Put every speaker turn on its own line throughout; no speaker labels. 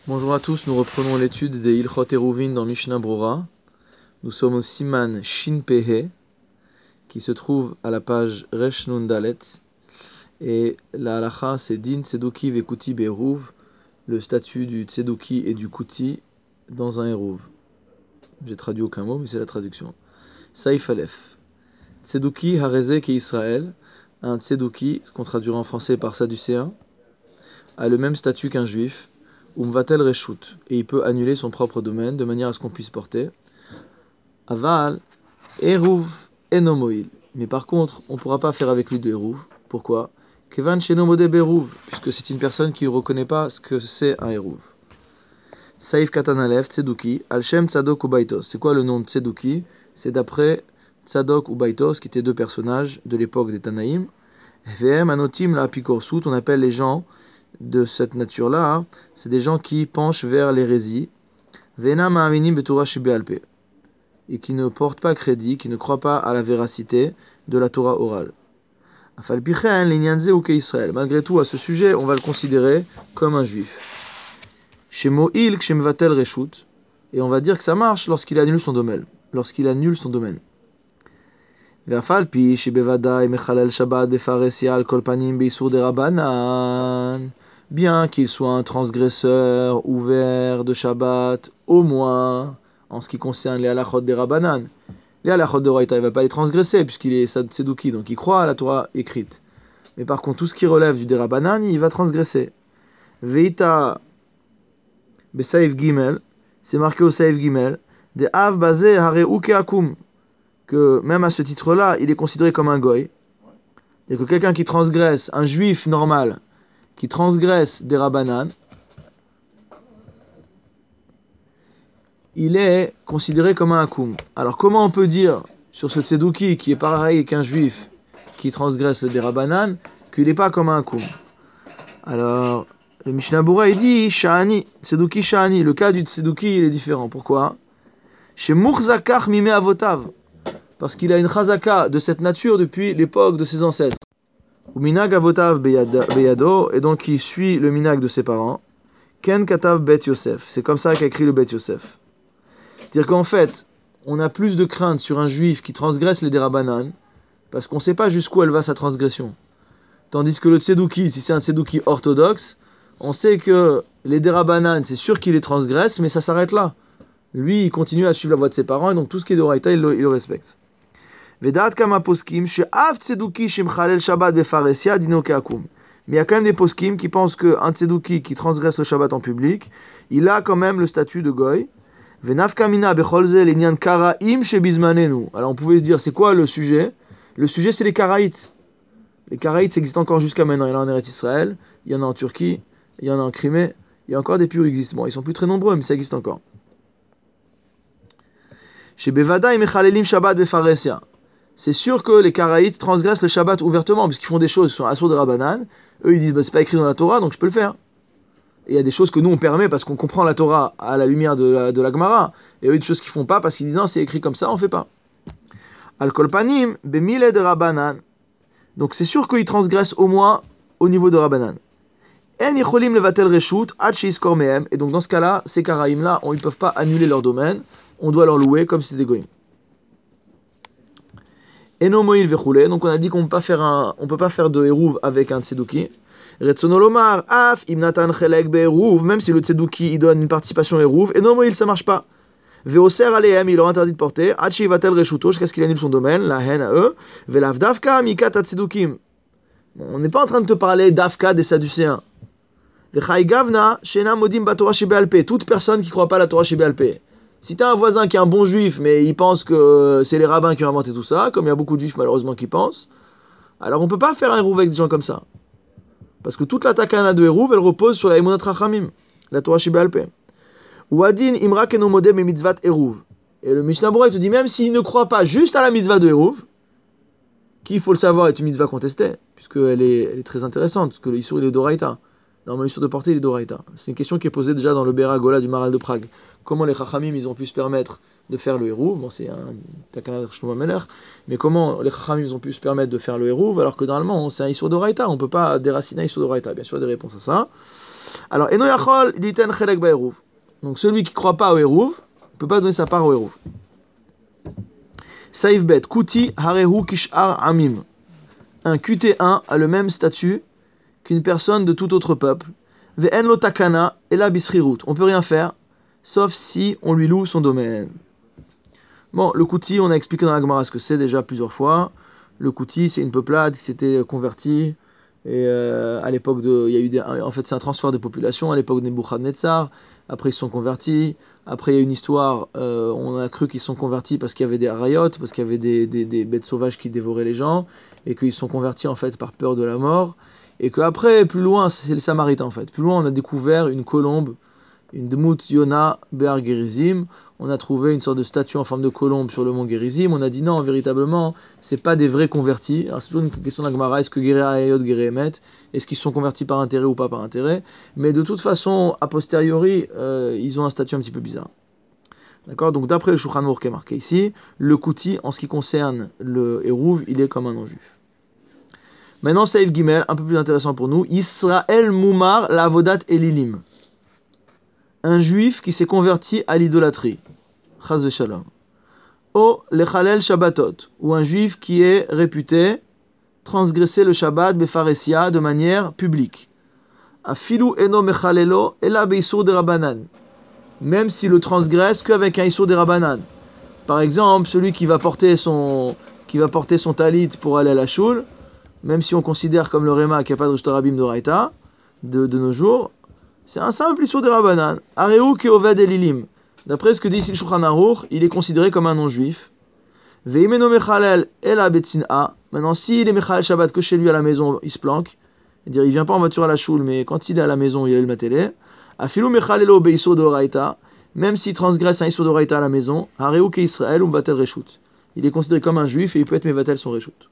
Bonjour à tous, nous reprenons l'étude des Ilchot Eruvin dans Mishnah Brura. Nous sommes au Siman Shin Pehe, qui se trouve à la page Resh Nun Dalet. Et la halacha, c'est Din Tzeduki Vekuti Be'eruv, le statut du Tzeduki et du Kuti dans un Eruv. J'ai traduit aucun mot, mais c'est la traduction. Saif Aleph. Tzeduki Hareze Ke Israël, un Tzeduki, ce qu'on traduira en français par Sadducéen, a le même statut qu'un juif. Umvatel Reshut, et il peut annuler son propre domaine de manière à ce qu'on puisse porter. Aval, Eruv, Enomoil. Mais par contre, on ne pourra pas faire avec lui de Eruv. Pourquoi? Kevan Shenomode Beruv, puisque c'est une personne qui ne reconnaît pas ce que c'est un Eruv. Saif Katanalev, Tzeduki, Alshem Tzadok Ubaitos. C'est quoi le nom de Tzeduki? C'est d'après Tzadok Ubaitos, qui étaient deux personnages de l'époque des Tanaïm. VM Anotim la Apikorsut, on appelle les gens de cette nature-là, hein, c'est des gens qui penchent vers l'hérésie, Vena Ma'aminim Betorah Shebe'alpe, et qui ne portent pas crédit, qui ne croient pas à la véracité de la Torah orale. Afal Pichen l'Inyanze ou Israël. Malgré tout, à ce sujet, on va le considérer comme un juif. Shemo'il Kshemvatel Reshut, et on va dire que ça marche lorsqu'il annule son domaine. Ve'afal pi shebevadai mechalel Shabbat befaresia al kol panim beisur de Rabbanan. Bien qu'il soit un transgresseur ouvert de Shabbat, au moins en ce qui concerne les halachot des Rabbanan. Les halachot de Oraita, il ne va pas les transgresser puisqu'il est Tzeduki, donc il croit à la Torah écrite. Mais par contre, tout ce qui relève du Derabanan, il va transgresser. Veita besaif gimel, c'est marqué au saif gimel, de av bazé hare uke akum, que même à ce titre-là, il est considéré comme un goy. Et que quelqu'un qui transgresse, un juif normal, qui transgresse des Rabbanan, il est considéré comme un akoum. Alors comment on peut dire sur ce Tzeduki qui est pareil qu'un juif qui transgresse le des Rabbanan qu'il n'est pas comme un akoum? Alors le Mishnah Brura il dit Sha'ani, Tzeduki Sha'ani, le cas du Tzeduki il est différent. Pourquoi? Chez Murzakach Mime Avotav, parce qu'il a une chazaka de cette nature depuis l'époque de ses ancêtres. Ou minag avotav beyado, et donc il suit le minag de ses parents. Ken katav bet Yosef, c'est comme ça qu'a écrit le bet Yosef. C'est-à-dire qu'en fait, on a plus de crainte sur un juif qui transgresse les dérabanan, parce qu'on ne sait pas jusqu'où elle va sa transgression. Tandis que le tzeduki, si c'est un tzeduki orthodoxe, on sait que les dérabanan, c'est sûr qu'il les transgresse, mais ça s'arrête là. Lui, il continue à suivre la voie de ses parents, et donc tout ce qui est d'oraita, il le respecte. Vedat kama poskim she'av tzeduki shemchalel Shabbat befaresia dino ke'akum. Mais il y a quand même des poskim qui pensent qu'un tzeduki qui transgresse le Shabbat en public, il a quand même le statut de goy. Venafka mina becholze l'inyan karaim shebizmanenu. Alors on pouvait se dire, c'est quoi le sujet? Le sujet, c'est les karaïtes. Les karaïtes, ça existe encore jusqu'à maintenant. Il y en a en Eretz Israël, il y en a en Turquie, il y en a en Crimée, il y a encore des purs existent. Bon, ils sont plus très nombreux, mais ça existe encore. Shebevadai mechalelim Shabbat befaresia. C'est sûr que les Karaïtes transgressent le Shabbat ouvertement, puisqu'ils font des choses sur Asur de Rabbanan. Eux, ils disent, c'est pas écrit dans la Torah, donc je peux le faire. Et il y a des choses que nous, on permet parce qu'on comprend la Torah à la lumière de la Gemara. Et eux, il y a des choses qu'ils font pas parce qu'ils disent, non, c'est écrit comme ça, on fait pas. Al-Kol Panim, Bemile de Rabbanan. Donc c'est sûr qu'ils transgressent au moins au niveau de Rabbanan. En Yicholim Levatel Reshut, Ad Sheiskor Mehem. Et donc dans ce cas-là, ces Karaïm-là, ils ne peuvent pas annuler leur domaine. On doit leur louer comme c'est des goïms. Enomoil vechule, donc on a dit qu'on ne peut pas faire de Eruv avec un Tzeduki. Retsonolomar, af, imnatan chelek be'eruv, même si le Tzeduki il donne une participation Eruv, Enomoil ça marche pas. Veoser alehem, il leur interdit de porter, Hachi vatel reshuto, jusqu'à ce qu'il annule son domaine, la haine à eux, Velavdavka mikat Tzedukim. On n'est pas en train de te parler d'Afka des Sadducéens. Vechai gavna, shena modim batorah shebe'alpe, toute personne qui ne croit pas à la Torah shebe'alpe. Si tu as un voisin qui est un bon juif, mais il pense que c'est les rabbins qui ont inventé tout ça, comme il y a beaucoup de juifs malheureusement qui pensent, alors on ne peut pas faire un Eruv avec des gens comme ça. Parce que toute la takana de Eruv, elle repose sur la Emunat Rachamim, la Torah Shebe'alpe. Ou adin imra kenomodem et mitzvat Eruv. Et le Mishnah Brura te dit, même s'il ne croit pas juste à la mitzvah de Eruv, qui, il faut le savoir, est une mitzvah contestée, puisqu'elle est très intéressante, parce que l'Issur il est d'Oraita. Normalement, l'Issur de porter il est d'Oraita. C'est une question qui est posée déjà dans le Bera Gola du Maral de Prague. Comment les Chachamim ils ont pu se permettre de faire le Eruv? Bon, c'est un Takana de Shlomo Meler, mais comment les Chachamim ils ont pu se permettre de faire le Eruv alors que normalement c'est un Issur d'Oraita, on ne peut pas déraciner un Issur d'Oraita? Bien sûr, il y a des réponses à ça. Alors, Eno Yachol, Liten Chelek Ba'eruv. Donc, celui qui ne croit pas au Eruv, ne peut pas donner sa part au Eruv. Saïf Bet, Kuti Harehu Kishar Amim. Un QT1 a le même statut qu'une personne de tout autre peuple. Ve'en lo takana ela bisrirut. On peut rien faire, sauf si on lui loue son domaine. Bon, le Kuti, on a expliqué dans la Gemara ce que c'est déjà plusieurs fois. Le Kuti, c'est une peuplade qui s'était convertie. Et à l'époque il y a eu en fait, c'est un transfert de population à l'époque de Nebuchadnezzar. Après, ils se sont convertis. Après, il y a une histoire. On a cru qu'ils se sont convertis parce qu'il y avait des harayot, parce qu'il y avait des bêtes sauvages qui dévoraient les gens, et qu'ils se sont convertis en fait par peur de la mort. Et qu'après, plus loin, c'est les Samaritains en fait. Plus loin, on a découvert une colombe, une Dmut Yona Be'ar Gerizim. On a trouvé une sorte de statue en forme de colombe sur le mont Gerizim. On a dit non, véritablement, c'est pas des vrais convertis. Alors c'est toujours une question de la Gemara, est-ce que Gerea Ayot, Gerea Emet, est-ce qu'ils sont convertis par intérêt ou pas par intérêt? Mais de toute façon, a posteriori, ils ont un statut un petit peu bizarre. D'accord? Donc d'après le Shulchan Aruch qui est marqué ici, le Kuti, en ce qui concerne le Eruv, il est comme un non-juif. Maintenant, Saïf Gimel, un peu plus intéressant pour nous. Israël Moumar la Avodat Elilim. Un juif qui s'est converti à l'idolâtrie. Chaz v'shalom. O lechalel Shabbatot. Ou un juif qui est réputé transgresser le Shabbat befaresia de manière publique. Afilu eno mechalelo ela beisur de Rabbanan. Même s'il le transgresse qu'avec un isur de Rabbanan. Par exemple, celui qui va porter son talit pour aller à la shul, même si on considère comme le Réma qu'il n'y a pas de Rishtarabim de Raïta, de nos jours, c'est un simple issour de Rabbanan. Areu keoved elilim. D'après ce que dit ici le Shulchan Aruch, il est considéré comme un non-juif. Veimeno mechalel ela betzin'a. Maintenant, s'il est mechalel Shabbat que chez lui à la maison, il se planque. C'est-à-dire, il vient pas en voiture à la shul, mais quand il est à la maison, il allume la télé. Afilu mechalelo beissour de Raïta. Même s'il transgresse un issour de Raïta à la maison, Areu ke Israël batel reshut. Il est considéré comme un juif et il peut être mevatel son reshut.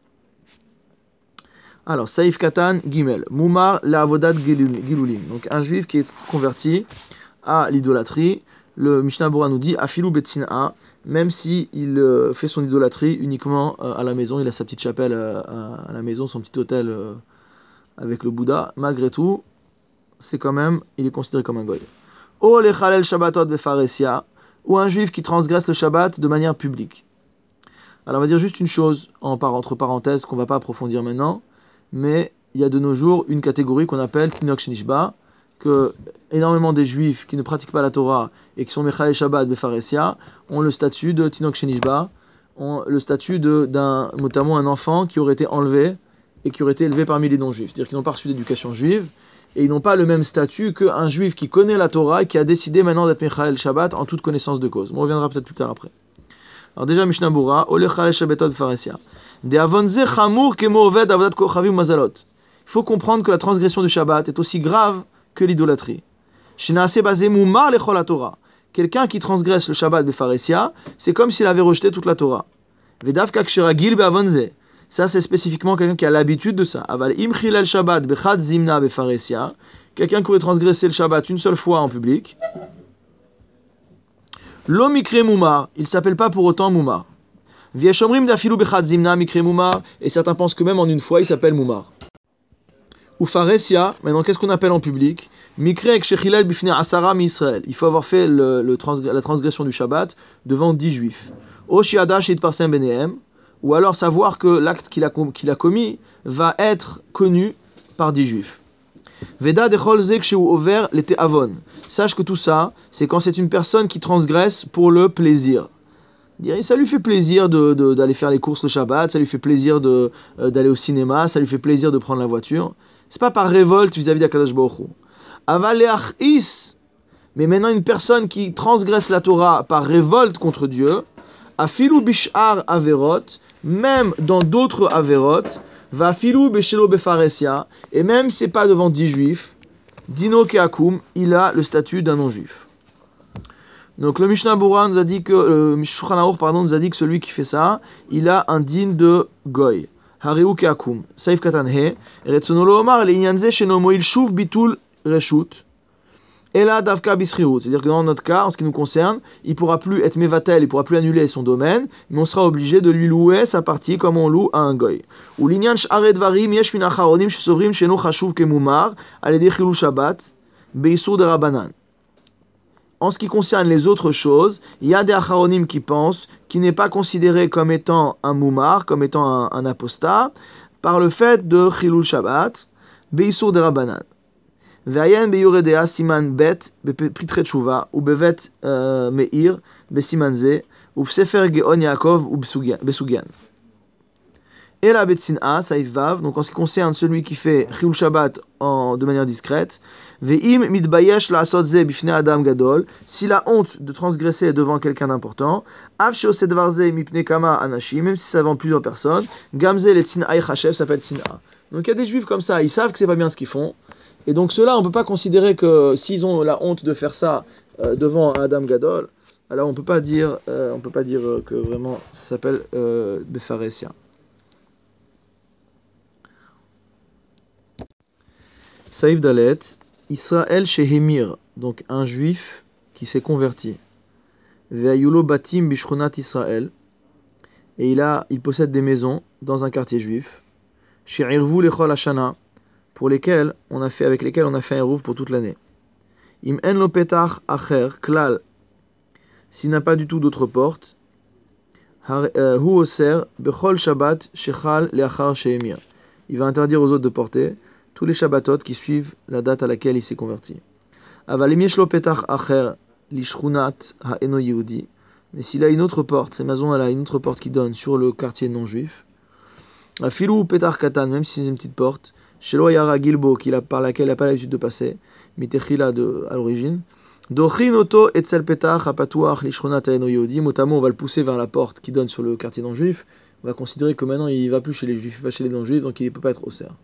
Alors, Saïf Katan Gimel, Moumar la Avodat Gilulim. Donc, un juif qui est converti à l'idolâtrie. Le Mishnah Bora nous dit Afilu Betzina, même si il fait son idolâtrie uniquement à la maison, il a sa petite chapelle à la maison, son petit hôtel avec le Bouddha. Malgré tout, c'est quand même, il est considéré comme un goy. O lechalel Shabbatot befaresia, ou un juif qui transgresse le Shabbat de manière publique. Alors, on va dire juste une chose entre parenthèses qu'on ne va pas approfondir maintenant. Mais il y a de nos jours une catégorie qu'on appelle Tinok Shenishba, que énormément des juifs qui ne pratiquent pas la Torah et qui sont Mechael Shabbat Befaresia ont le statut de Tinok Shenishba, ont le statut notamment un enfant qui aurait été enlevé et qui aurait été élevé parmi les non-juifs. C'est-à-dire qu'ils n'ont pas reçu d'éducation juive et ils n'ont pas le même statut qu'un juif qui connaît la Torah et qui a décidé maintenant d'être Mechael Shabbat en toute connaissance de cause. On reviendra peut-être plus tard après. Alors déjà, Mishnah Bura, Olechale Shabbatot Befaresia. Il faut comprendre que la transgression du Shabbat est aussi grave que l'idolâtrie. Quelqu'un qui transgresse le Shabbat befaresia, c'est comme s'il avait rejeté toute la Torah. Ça, c'est spécifiquement quelqu'un qui a l'habitude de ça. Quelqu'un qui aurait transgressé le Shabbat une seule fois en public. L'omikre moumar, il ne s'appelle pas pour autant moumar. Et certains pensent que même en une fois, il s'appelle moumar. Ou faresia, maintenant qu'est-ce qu'on appelle en public? Mikre ek shechilel bifnei asara mi Israël. Il faut avoir fait la transgression du Shabbat devant 10 juifs. O shiada shit parsem benehem, ou alors savoir que l'acte qu'il a commis va être connu par 10 juifs. Veda dechol ze kshu over l'été avon. Sache que tout ça, c'est quand c'est une personne qui transgresse pour le plaisir. Ça lui fait plaisir d'aller faire les courses le Shabbat, ça lui fait plaisir d'aller au cinéma, ça lui fait plaisir de prendre la voiture. C'est pas par révolte vis-à-vis d'Akadosh Baruch Hu. Aval le'achis, mais maintenant une personne qui transgresse la Torah par révolte contre Dieu, afilu bishar averot, même dans d'autres averot, va afilu beshelo befaresia, et même si c'est pas devant 10 juifs, dino keakum, il a le statut d'un non-juif. Donc le Mishnah Bura nous a dit que Shulchan Aruch nous a dit que celui qui fait ça, il a un din de goy. Hariu keakum. Saif katan he. Retzono lo omar le'inyan ze sheno moil shuv bitul reshut. Et là, Davka Bisriut, c'est-à-dire que dans notre cas, en ce qui nous concerne, il ne pourra plus être Mevatel, il ne pourra plus annuler son domaine, mais on sera obligé de lui louer sa partie comme on loue à un goy. Ou l'inyan sh'aret varim yesh min acharonim shesovrim sheno chashuv kemumar aledi chilul shabbat beisur de rabanan. En ce qui concerne les autres choses, il y a des acharonim qui pensent qu'il n'est pas considéré comme étant un mumar, comme étant un apostat, par le fait de chilul shabbat beisur de rabanan. Ve'ayen be'yoredea siman bet bepritre tshuva ou bevet meir besiman ze ou bsefer geon Yaakov ou besugian. Et la betzina saif vav, donc en ce qui concerne celui qui fait chilul shabbat de manière discrète, ve'im mitbayesh la'asot ze bifnei adam gadol, s'il a honte de transgresser devant quelqu'un d'important, av she'oseh dvar ze mipnei kama anashim, même si ça vend plusieurs personnes, gamze le tzina yachashev s'appelle tzina. Donc il y a des juifs comme ça, ils savent que c'est pas bien ce qu'ils font. Et donc ceux-là, on ne peut pas considérer que s'ils ont la honte de faire ça devant Adam Gadol, alors on peut pas dire que vraiment ça s'appelle Befaresia. Saïf Dalet, Israël Shehemir, donc un juif qui s'est converti. Ve'ayulo batim bishchunat Israël, et il possède des maisons dans un quartier juif. She'irvu lechol hashana, avec lesquels on a fait un rouf pour toute l'année. Im en lo petach acher klal, s'il n'a pas du tout d'autre porte, hu oser bechol shabbat shechal leachar shehemir. Il va interdire aux autres de porter tous les shabbatot qui suivent la date à laquelle il s'est converti. Aval im yesh lo petach acher lishchunat ha'eno yehudi, mais s'il a une autre porte, cette maison elle a une autre porte qui donne sur le quartier non juif. Afilu petach katan, même si c'est une petite porte, Shelo Yara Gilbo, par laquelle il n'a pas l'habitude de passer, Mitechila à l'origine. Dochin Oto Etzel Petach Apatuach Lishronat Aeno Yehudi, notamment on va le pousser vers la porte qui donne sur le quartier non-juif. On va considérer que maintenant il ne va plus chez les juifs, il va chez les non-juifs, donc il ne peut pas être au cerf.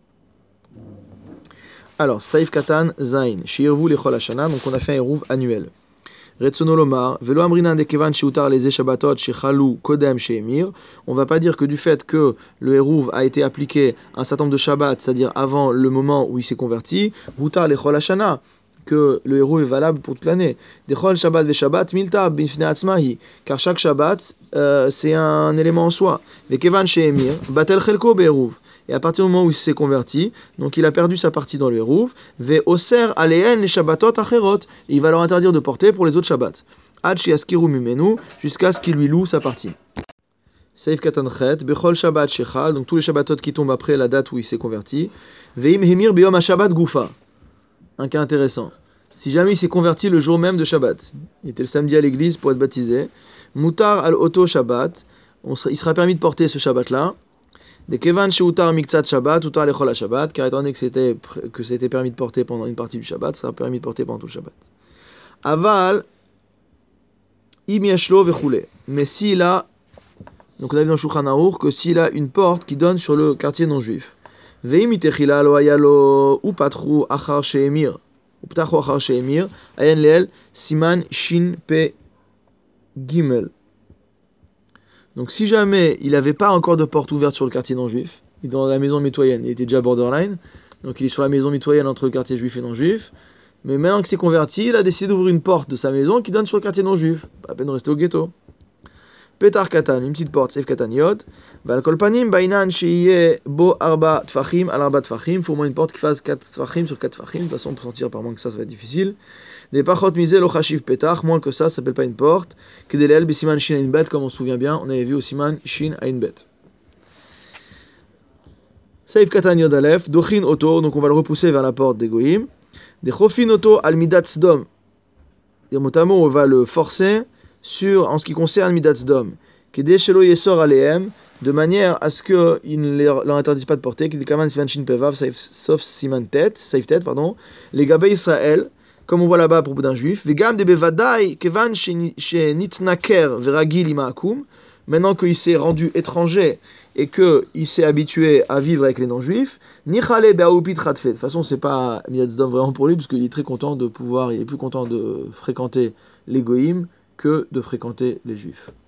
Alors, Saïf Katan Zain, Shirvu Lechol Hashana, donc on a fait un rouv annuel. Retsono Lomar, Velo Amrinan de Kevan Sheutar les Shabbatot Shechalou Kodem Shehemir. On va pas dire que du fait que le Hérouv a été appliqué un certain nombre de Shabbat, c'est-à-dire avant le moment où il s'est converti, Hutar Lechol Hashana, que le Hérouv est valable pour toute l'année. Dechol Shabbat ve Shabbat Milta Bifnei Atzmahi, car chaque Shabbat c'est un élément en soi. Ve Kevan Shehemir, Batel Chelko Be'Hérouv. Et à partir du moment où il s'est converti, donc il a perdu sa partie dans le Hérouv, ve oser aleen les Shabbatot acherot, il va leur interdire de porter pour les autres Shabbats. Ad shiaskiru mimenu, jusqu'à ce qu'il lui loue sa partie. Seif katanchet, bechol Shabbat shechal, donc tous les Shabbatot qui tombent après la date où il s'est converti. Veim hemir beyom ha-Shabbat gufa. Un cas intéressant. Si jamais il s'est converti le jour même de Shabbat, il était le samedi à l'église pour être baptisé, mutar al oto Shabbat, il sera permis de porter ce Shabbat-là. De Kevan Sheutar Miktsat Shabbat, Utar Lechol HaShabbat, car étant donné que c'était permis de porter pendant une partie du Shabbat, ça sera permis de porter pendant tout le Shabbat. Aval, Im Yashlo Vechule. Mais s'il a, donc on a vu dans Shulchan Aruch que s'il a une porte qui donne sur le quartier non juif, Veim Itechila Lo Ayalo Upatru Achar Shehemir, Uptachu Achar Shehemir, Ayen Leel, Siman Shin Pe Gimel. Donc si jamais il n'avait pas encore de porte ouverte sur le quartier non-juif, il est dans la maison mitoyenne, il était déjà borderline, donc il est sur la maison mitoyenne entre le quartier juif et non-juif, mais maintenant qu'il s'est converti, il a décidé d'ouvrir une porte de sa maison qui donne sur le quartier non-juif, pas à peine de rester au ghetto. Petar Katan, une petite porte, Seif Katan Yod, Val Kolpanim, Bainan, Sheye, Bo Arba Tfachim, Al Arba Tfachim, il faut au moins une porte qui fasse 4 Tfachim sur 4 Tfachim, de toute façon pour sortir par moins que ça va être difficile. Des Pachot Misé, Lo Chashiv Petar, moins que ça s'appelle pas une porte, Kedelel, Bisiman Shin Ainbet, comme on se souvient bien, on avait vu au Siman Shin Ainbet. Seif Katan Yod Aleph, Dochin Oto, donc on va le repousser vers la porte des Goïm, des Chofin Oto Al Midat Sdom, et motamo on va le forcer en ce qui concerne Midat Sdom, Kede Shelo Yesor Aleem, de manière à ce qu'il ne leur interdise pas de porter, Kede Kaman Siman Shin Pevav, sauf Siman Tet, Saif Tet, pardon, les Gabé Israël, comme on voit là-bas à propos d'un juif, Vegam de Bevadai, Kevan Shenitnaker Veragil Imaakum, maintenant qu'il s'est rendu étranger et qu'il s'est habitué à vivre avec les non-juifs, Nichale Beaupit Ratfet. De toute façon, c'est pas Midat Sdom vraiment pour lui, parce qu'il est très content il est plus content de fréquenter les Goïm que de fréquenter les juifs.